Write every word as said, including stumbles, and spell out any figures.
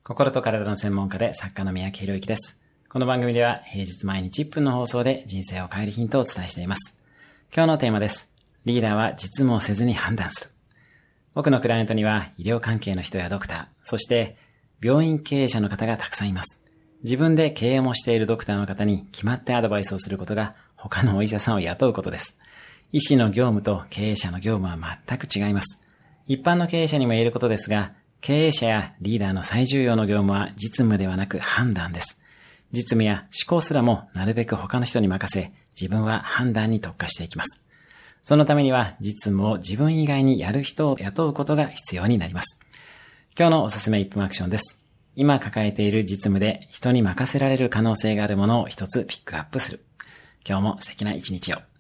心と体の専門家で作家の三宅宏之です。この番組では平日毎日いっぷんの放送で人生を変えるヒントをお伝えしています。今日のテーマです。リーダーは実務をせずに判断する。僕のクライアントには医療関係の人やドクター、そして病院経営者の方がたくさんいます。自分で経営もしているドクターの方に決まってアドバイスをすることが他のお医者さんを雇うことです。医師の業務と経営者の業務は全く違います。一般の経営者にも言えることですが、経営者やリーダーの最重要の業務は実務ではなく判断です。実務や思考すらもなるべく他の人に任せ、自分は判断に特化していきます。そのためには実務を自分以外にやる人を雇うことが必要になります。今日のおすすめいっぷんアクションです。今抱えている実務で人に任せられる可能性があるものを一つピックアップする。今日も素敵な一日を。